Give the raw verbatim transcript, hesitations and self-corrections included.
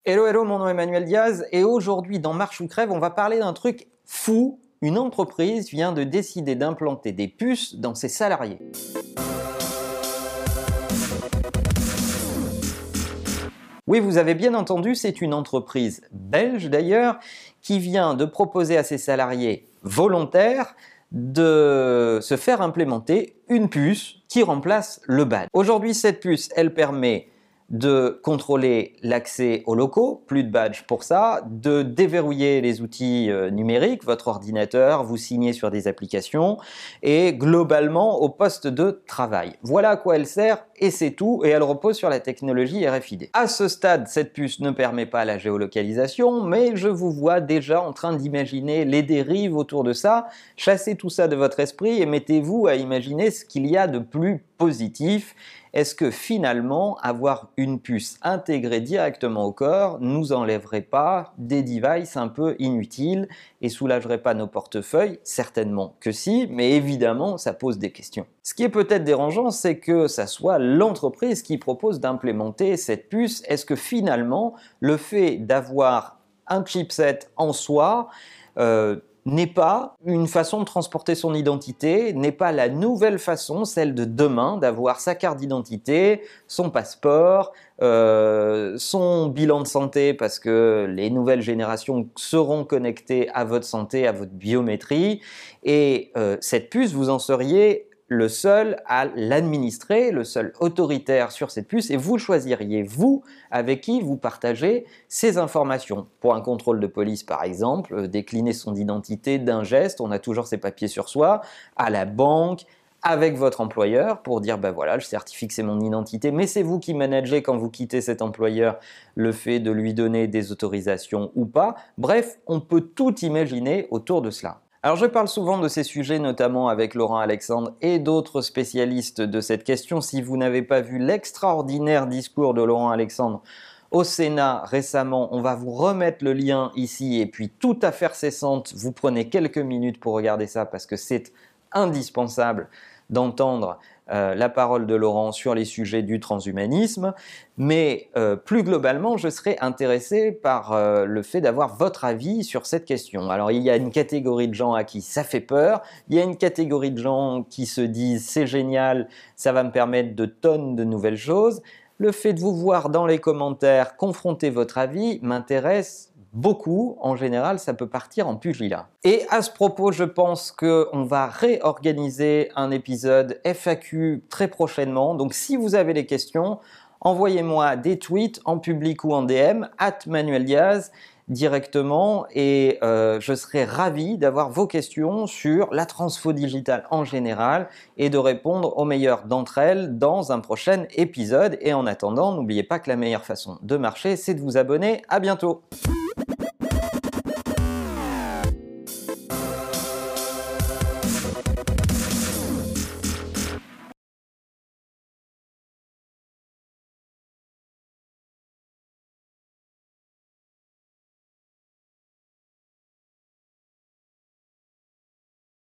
Hello, hello, mon nom est Manuel Diaz et aujourd'hui dans Marche ou Crève, on va parler d'un truc fou. Une entreprise vient de décider d'implanter des puces dans ses salariés. Oui, vous avez bien entendu, c'est une entreprise belge d'ailleurs qui vient de proposer à ses salariés volontaires de se faire implémenter une puce qui remplace le badge. Aujourd'hui, cette puce, elle permet de contrôler l'accès aux locaux, plus de badge pour ça, de déverrouiller les outils euh, numériques, votre ordinateur, vous signez sur des applications et globalement au poste de travail. Voilà à quoi elle sert et c'est tout, et elle repose sur la technologie R F I D. À ce stade, cette puce ne permet pas la géolocalisation, mais je vous vois déjà en train d'imaginer les dérives autour de ça. Chassez tout ça de votre esprit et mettez-vous à imaginer ce qu'il y a de plus positif. Est-ce que finalement, avoir une puce intégrée directement au corps nous enlèverait pas des devices un peu inutiles et soulagerait pas nos portefeuilles? Certainement que si, mais évidemment, ça pose des questions. Ce qui est peut-être dérangeant, c'est que ça soit l'entreprise qui propose d'implémenter cette puce. Est-ce que finalement, le fait d'avoir un chipset en soi, euh, n'est pas une façon de transporter son identité, n'est pas la nouvelle façon, celle de demain, d'avoir sa carte d'identité, son passeport, euh, son bilan de santé, parce que les nouvelles générations seront connectées à votre santé, à votre biométrie, et euh, cette puce, vous en seriez le seul à l'administrer, le seul autoritaire sur cette puce, et vous choisiriez, vous, avec qui vous partagez ces informations. Pour un contrôle de police, par exemple, euh, décliner son identité d'un geste, on a toujours ses papiers sur soi, à la banque, avec votre employeur, pour dire, ben voilà, je certifie que c'est mon identité, mais c'est vous qui managez quand vous quittez cet employeur le fait de lui donner des autorisations ou pas. Bref, on peut tout imaginer autour de cela. Alors je parle souvent de ces sujets, notamment avec Laurent Alexandre et d'autres spécialistes de cette question. Si vous n'avez pas vu l'extraordinaire discours de Laurent Alexandre au Sénat récemment, on va vous remettre le lien ici. Et puis toute affaire cessante, vous prenez quelques minutes pour regarder ça parce que c'est indispensable d'entendre euh, la parole de Laurent sur les sujets du transhumanisme, mais euh, plus globalement, je serais intéressé par euh, le fait d'avoir votre avis sur cette question. Alors, il y a une catégorie de gens à qui ça fait peur, il y a une catégorie de gens qui se disent « c'est génial, ça va me permettre de tonnes de nouvelles choses ». Le fait de vous voir dans les commentaires confronter votre avis m'intéresse beaucoup. En général, ça peut partir en pugilat. Et à ce propos, je pense qu'on va réorganiser un épisode F A Q très prochainement. Donc si vous avez des questions, envoyez-moi des tweets en public ou en D M, arobase Manuel Diaz, directement, et euh, je serai ravi d'avoir vos questions sur la transfo digitale en général et de répondre aux meilleures d'entre elles dans un prochain épisode. Et en attendant, n'oubliez pas que la meilleure façon de marcher, c'est de vous abonner. À bientôt!